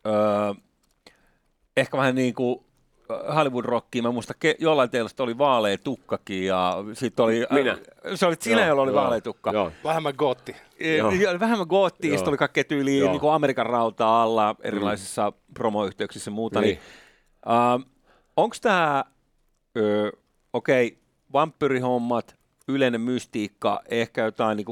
ehkä vähän niin kuin Hollywood-rockia. Mä muistan, jollain teillä oli vaalea tukkakin ja sitten oli... Minä. Se olit sinä, jolla oli vaalea tukka. Joo. Vähemmän gootti. Vähemmän goottia, sitten oli kaikkea tyyliä niin kuin Amerikan rautaa alla erilaisissa promoyhteyksissä ja muuta. Niin. Onko tämä... vampyrihommat, yleinen mystiikka, ehkä jotain niin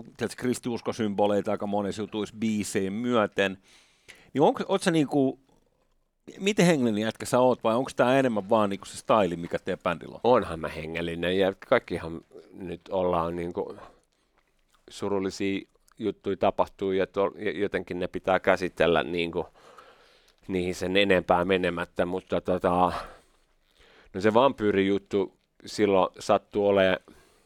kristiuskosymboleita aika monessa jutuissa biiseen myöten, niin ootko sä niin kuin miten hengellinen jätkä sä oot, vai onko tämä enemmän vaan niinku se style, mikä teidän bändillä on? Onhan mä hengellinen ja kaikkihan nyt ollaan niinku surullisia juttuja tapahtuu ja jotenkin ne pitää käsitellä niinku niihin sen enempää menemättä, mutta no se vampyyrijuttu silloin sattui olemaan,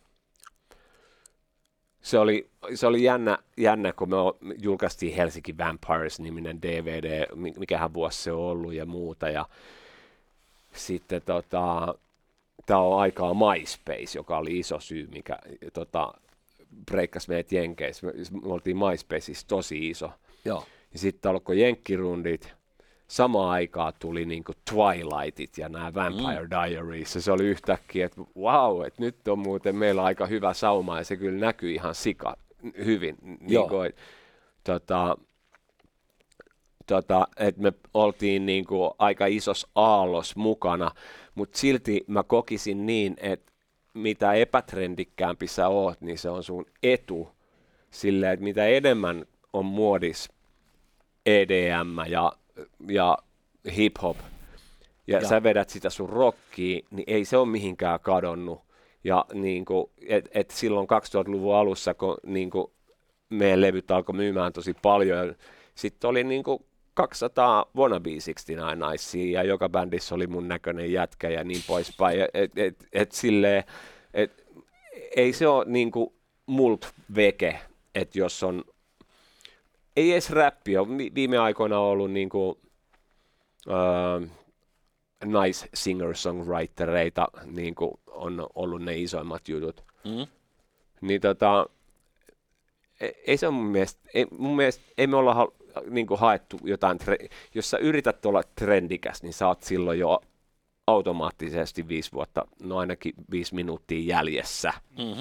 se oli jännä, kun me julkaistiin Helsinki Vampires-niminen DVD, mikähän vuosi se on ollut ja muuta, ja sitten tämä on aikaa MySpace, joka oli iso syy, mikä breikkasi meidät Jenkeissä. Me oltiin MySpaceissa tosi iso. Joo. Ja sitten alkoi jenkkirundit. Samaan aikaan tuli niinku Twilightit ja nämä Vampire Diaries. Se oli yhtäkkiä, että wow, että nyt on muuten meillä aika hyvä sauma ja se kyllä näkyy ihan sika hyvin. Niinku, että me oltiin niinku aika isossa aallossa mukana, mutta silti mä kokisin niin, että mitä epätrendikkäämpi sä oot, niin se on sun etu silleen, että mitä enemmän on muodis EDM ja hip-hop, ja sä vedät sitä sun rockia, niin ei se ole mihinkään kadonnut. Ja niinku, et silloin 2000-luvun alussa, kun niinku meidän levyt alkoi myymään tosi paljon, sitten oli niinku 200 wannabe 69 ja joka bändissä oli mun näköinen jätkä ja niin poispäin. Silleen, ei se ole niinku mult veke, että jos on, ei edes räppi ole viime aikoina ollut niinku nice singer-songwritereita, niinku on ollut ne isoimmat jutut. Niin ei se on mun mielestä ei me olla niinku haettu jotain, jos sä yrität olla trendikäs, niin sä oot silloin jo automaattisesti 5 vuotta, no ainakin 5 minuuttia jäljessä.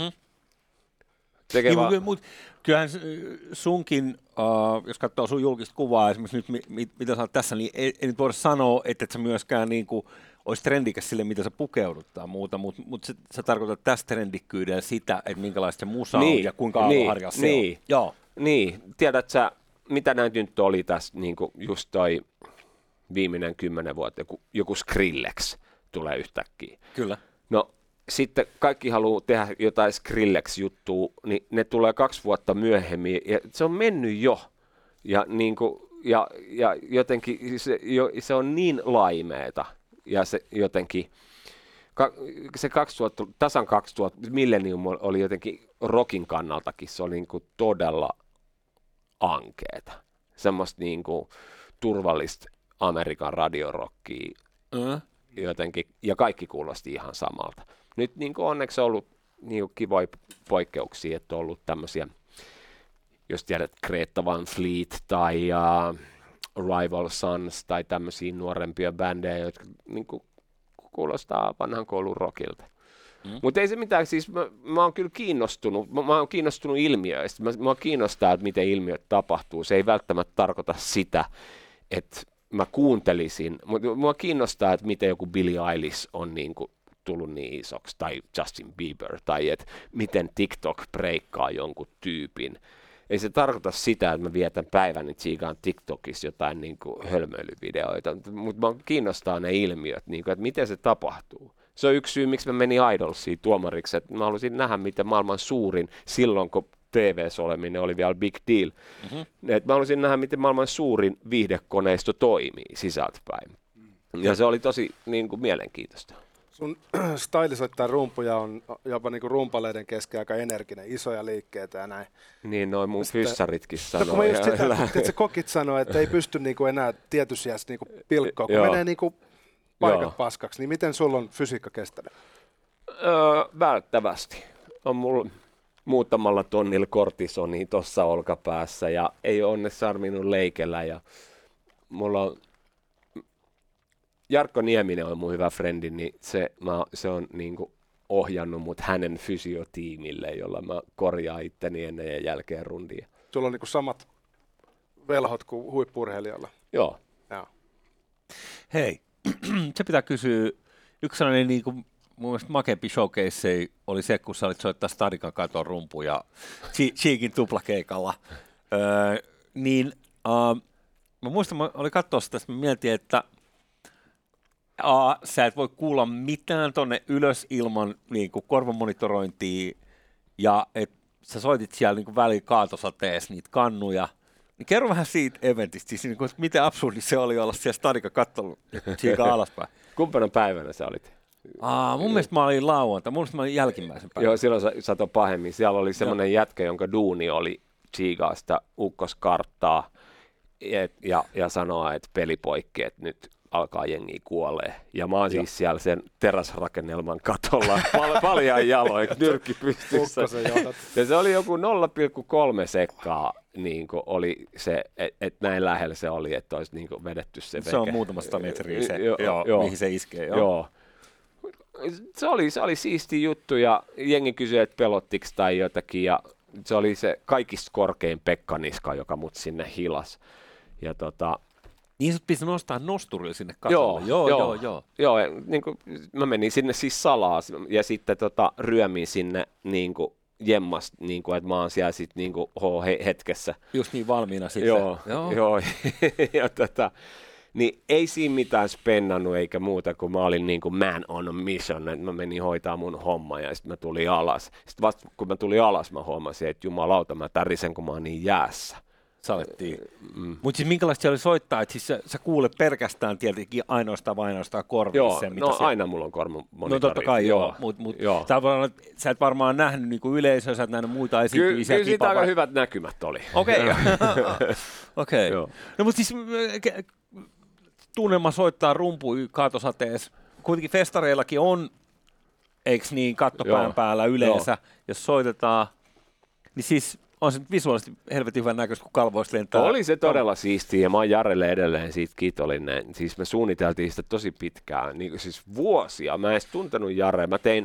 Kyllähän sunkin, jos katsoo sun julkista kuvaa, esimerkiksi nyt mitä sä oot tässä, niin ei nyt voida sanoa, että et sä myöskään niinku olisi trendikäs sille, mitä sä pukeuduttaa muuta, mutta sä tarkoitat tästä trendikkyydellä sitä, että minkälaista se musa on ja kuinka avoharjas se on. Joo. Niin, tiedät sä, mitä näitä nyt oli tässä, niinku just toi viimeinen 10 vuotta, joku Skrillex tulee yhtäkkiä. Kyllä. No sitten kaikki haluaa tehdä jotain Skrillex-juttua, niin ne tulee 2 vuotta myöhemmin, ja se on mennyt jo. Ja, ja jotenkin se on niin laimeeta, ja se jotenkin, se 2000, tasan 2000, Millennium oli jotenkin rockin kannaltakin, se oli niinku todella ankeeta. Semmoista niinku turvallista Amerikan radiorockia jotenkin, ja kaikki kuulosti ihan samalta. Nyt niinku onneksi on ollut niinku kivoja poikkeuksia, että on ollut tämmöisiä, jos tiedät Greta Van Fleet tai Rival Sons tai tämmöisiä nuorempia bändejä, jotka niinku kuulostaa vanhan koulun rockilta. Mutta ei se mitään, siis mä oon kyllä kiinnostunut, mä oon kiinnostunut ilmiöistä, mä kiinnostaa, että miten ilmiöt tapahtuu. Se ei välttämättä tarkoita sitä, että mä kuuntelisin, mutta mua kiinnostaa, että miten joku Billie Eilish on niinku tullut niin isoksi, tai Justin Bieber, tai että miten TikTok breikkaa jonkun tyypin. Ei se tarkoita sitä, että mä vietän päiväni tsiikaan TikTokissa jotain niinku hölmöilyvideoita, mutta mä kiinnostaa ne ilmiöt, niinku, että miten se tapahtuu. Se on yksi syy, miksi mä menin Idolsiin tuomariksi, että mä halusin nähdä, miten maailman suurin, silloin kun TV-oleminen oli vielä big deal, että mä halusin nähdä, miten maailman suurin viihdekoneisto toimii sisältäpäin. Ja se oli tosi niin kuin mielenkiintoista. Sun style soittaa rumpuja on jopa niinku rumpaleiden kesken aika energinen, isoja liikkeitä ja näin. Niin, noin mun fyssaritkin sanoo. No, kun mä just sitä, että kokit sanoo, että ei pysty niinku enää tietyssä iässä niinku pilkkoon, kun menee niinku paikat paskaksi, niin miten sulla on fysiikka kestänyt? Välttävästi. On mulla muutamalla tonnilla kortisonia tuossa olkapäässä ja ei ole onneksi sarminut leikellä. Ja mulla on Jarkko Nieminen on mun hyvä frendi, niin se on niinku ohjannut mut hänen fysiotiimille, jolla mä korjaan itteni ennen ja jälkeen rundia. Sulla on niinku samat velhot kuin huippu-urheilijalla. Joo. Hei, se pitää kysyä. Yksi sellainen niin kuin, mun mielestä makeampi showcase oli se, kun sä olit soittaa Stadikan katon rumpuja Cheekin tuplakeikalla. Mä muistan, mä olin katsoa sitä, että mä mietin, että Sä et voi kuulla mitään tonne ylös ilman niin kuin korvamonitorointia, ja et sä soitit siellä niin kuin väliin kaatosateessa niitä kannuja. Niin kerro vähän siitä eventistä, siis niin kuin, että miten absurdi se oli olla siellä stadika kattonut siitä alaspäin. Kumpana päivänä sä olit? Mun mielestä mä olin lauantai, mun mielestä mä olin jälkimmäisen päivän. Joo, silloin sä pahemmin. Siellä oli semmoinen jätkä, jonka duuni oli chiigaa sitä ukkoskarttaa ja sanoa, että peli poikki, että nyt alkaa jengi kuolee. Ja mä oon siis siellä sen teräsrakennelman katolla paljain jaloin, nyrkki pystyssä. Ja se oli joku 0,3 sekkaa, niin oli se, että näin lähellä se oli, että olisi niin vedetty se veke. Se on muutamasta metriä se, mihin se iskee. Joo. Se oli siisti juttu ja jengi kysyi, että pelottiko tai jotakin ja se oli se kaikista korkein Pekka Niska, joka mut sinne hilas. Ja niin sut piti nostaa nosturille sinne katolle. Joo. Niin kuin, mä menin sinne siis salaa ja sitten ryömin sinne niin kuin jemmas, niin kuin, että mä oon siellä sitten niin kuin hetkessä. Just niin valmiina sitten. Joo. Ja niin ei siinä mitään spennannut eikä muuta, kun mä olin niin kuin man on a mission, että mä menin hoitaa mun homma ja sitten mä tulin alas. Sitten vasta kun mä tulin alas, mä huomasin, että jumalauta, mä tärisen, kun mä oon niin jäässä. Salettiin. Mutta siis minkälaista siellä oli soittaa, että siis sä kuulet pelkästään tietenkin ainoastaan korvissa. Joo, no aina mulla on korvamonitori. No totta kai joo. Sä et varmaan nähnyt niinku yleisöä, sä et nähnyt muita esiintyjisiä. Kyllä siitä aika hyvät näkymät oli. Okei. No mutta siis tunnelma soittaa rumpui kaatosateessa. Kuitenkin festareillakin on, eikö niin, kattopään päällä yleensä, jos soitetaan, niin siis on se nyt visuaalisesti helvetin hyvän näköistä, kun kalvoista lentää. Oli se todella siistiä ja mä oon Jarelle edelleen siitä kiitollinen. Siis me suunniteltiin sitä tosi pitkään, niin siis vuosia. Mä en edes tuntenut Jare. Mä tein,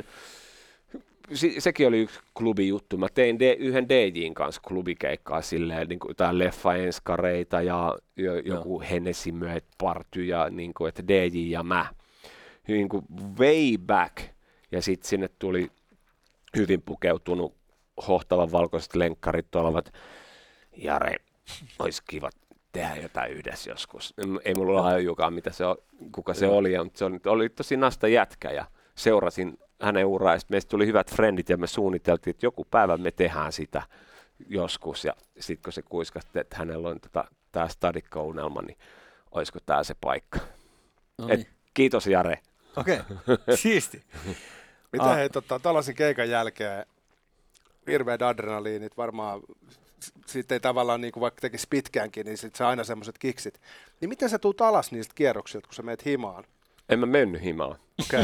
sekin oli yksi klubijuttu. Mä tein yhden DJ:n kanssa klubikeikkaa silleen, niin kuin jotain leffaenskareita ja joku Hennessy Myöt Party ja niin kuin, että DJ ja mä. Niin kuin way back. Ja sitten sinne tuli hyvin pukeutunut hohtavan valkoiset lenkkarit olevat. Jare, olisi kiva tehdä jotain yhdessä joskus. Ei mulla ole ajukaan, kuka se oli, mutta se oli tosi nasta jätkä ja seurasin hänen uraa ja meistä tuli hyvät frendit ja me suunniteltiin, että joku päivä me tehdään sitä joskus ja sitten kun se kuiskasti, että hänellä on tämä stadikka-unelma, niin olisiko tämä se paikka. Kiitos Jare. Okei, siisti. Mitä hei, tällaisen keikan jälkeen hirveät adrenaliinit, varmaan siitä ei tavallaan, niin kuin vaikka tekisi pitkäänkin, niin sitten saa aina semmoiset kiksit. Niin miten sä tuut alas niistä kierroksilta, kun sä meet himaan? En mä mennyt himaan. Okei.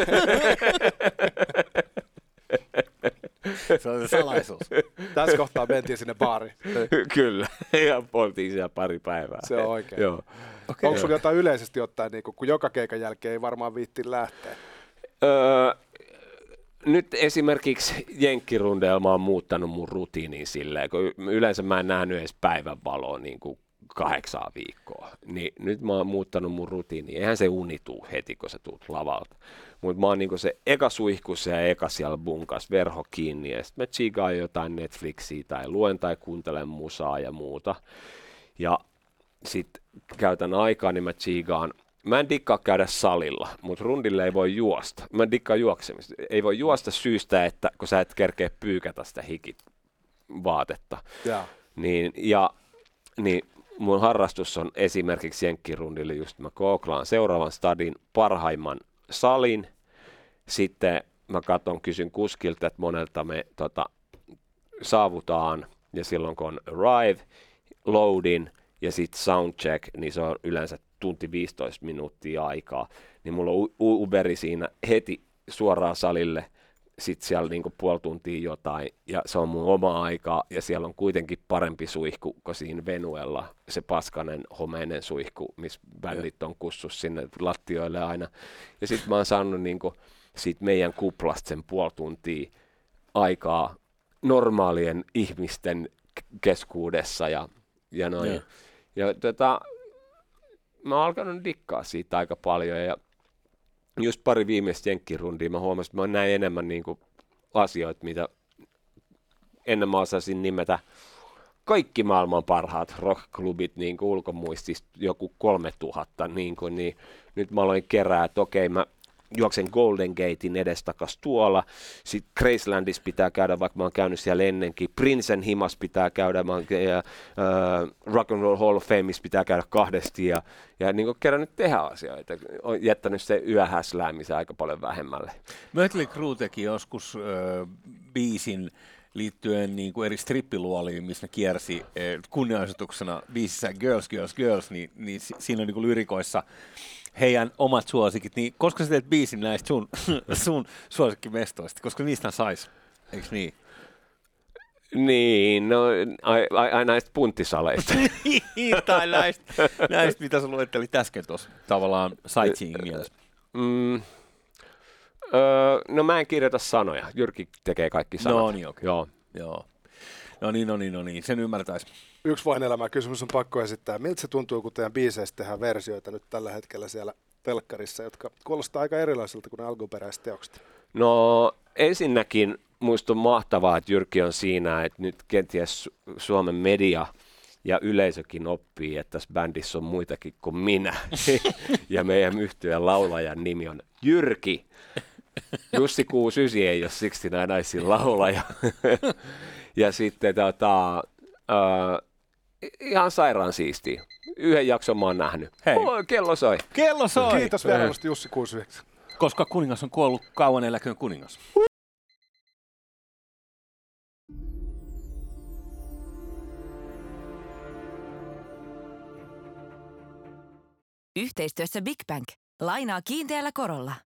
Se on se salaisuus. Tässä kohtaa mentiin sinne baariin. Kyllä, ja oltiin siellä pari päivää. Se on oikein. Joo. Okay. Onko sulla jotain yleisesti ottaen, niin kun joka keikan jälkeen ei varmaan viitti lähteä? Nyt esimerkiksi jenkkirundeilla on muuttanut mun rutiiniin silleen, kun yleensä mä en nähnyt edes päivänvaloa niin kuin 8 viikkoa. Niin nyt mä oon muuttanut mun rutiiniin. Eihän se uni tuu heti, kun sä tuut lavalta. Mutta mä oon niin kuin se eka suihkussa ja eka siellä bunkas, verho kiinni. Ja sit mä chigaan jotain Netflixiä tai luen tai kuuntelen musaa ja muuta. Ja sit käytän aikaa, niin mä chigaan. Mä en dikkaa käydä salilla, mutta rundille ei voi juosta. Mä dikkaan juoksemista. Ei voi juosta syystä, että kun sä et kerkeä pyykätä sitä hikivaatetta. Niin mun harrastus on esimerkiksi jenkkirundille just mä kooklaan seuraavan stadin parhaimman salin. Sitten mä kysyn kuskilta, että monelta me saavutaan. Ja silloin kun on arrive, loadin ja sitten soundcheck, niin se on yleensä tunti 15 minuuttia aikaa, niin mulla on Uberi siinä heti suoraan salille, sitten siellä niinku puoli tuntia jotain, ja se on mun oma aikaa, ja siellä on kuitenkin parempi suihku kuin siinä Venuella, se paskanen homeinen suihku, missä bändit on kussus sinne lattioille aina. Ja sitten mä oon saanut niinku siitä meidän kuplasta sen puoli tuntia aikaa normaalien ihmisten keskuudessa, ja noin. Ja mä oon alkanut dikkaa siitä aika paljon ja just pari viimeistä jenkkirundia mä huomasin, että mä näin enemmän niinku asioita, mitä ennen mä osasin nimetä kaikki maailman parhaat rock-klubit niin kuin ulkomuistista joku 3000, niin nyt mä aloin kerää, että okei, mä juoksen Golden Gatein edestakas tuolla, sitten Gracelandissa pitää käydä, vaikka mä oon käynyt siellä ennenkin, Princen himas pitää käydä, Rock and Roll Hall of Fameissa pitää käydä kahdesti, ja niin kuin kerännyt tehdä asioita, on jättänyt se yöhäsläämisen aika paljon vähemmälle. Mötley Crüe teki joskus biisin liittyen niin kuin eri strippiluoliin, missä ne kiersi kunnianosoituksena biisissä Girls, Girls, Girls, niin siinä on niin kuin lyrikoissa heidän omat suosikit, niin koska sä teet biisin näistä sun suosikkimestoista, koska niistä sais, eikö niin? Niin, no ai näistä punttisaleista. Tai näistä, mitä sä luettelit äsken tuossa tavallaan sightseeing mielessä. No mä en kirjoita sanoja, Jyrki tekee kaikki sanat. No niin, okei. Joo. No niin, sen ymmärtäisi. Yksi vain elämäkysymys on pakko esittää. Miltä se tuntuu, kun teidän biiseistä tehdään versioita nyt tällä hetkellä siellä telkkarissa, jotka kuulostaa aika erilaisilta kuin ne alkuperäiset teokset? No ensinnäkin musta on mahtavaa, että Jyrki on siinä, että nyt kenties Suomen media ja yleisökin oppii, että tässä bändissä on muitakin kuin minä. Ja meidän yhtyeen laulajan nimi on Jyrki. Jussi 69 ei ole siksi näisin laulaja. Ja sitten ihan sairaan siistiä. Yhden jakson mä oon nähnyt. Hei. Kello soi. Kello soi! Kiitos vierailusta Jussi 69. Koska kuningas on kuollut, kauan eläköön kuningas. Yhteistyössä Big Bank. Lainaa kiinteällä korolla.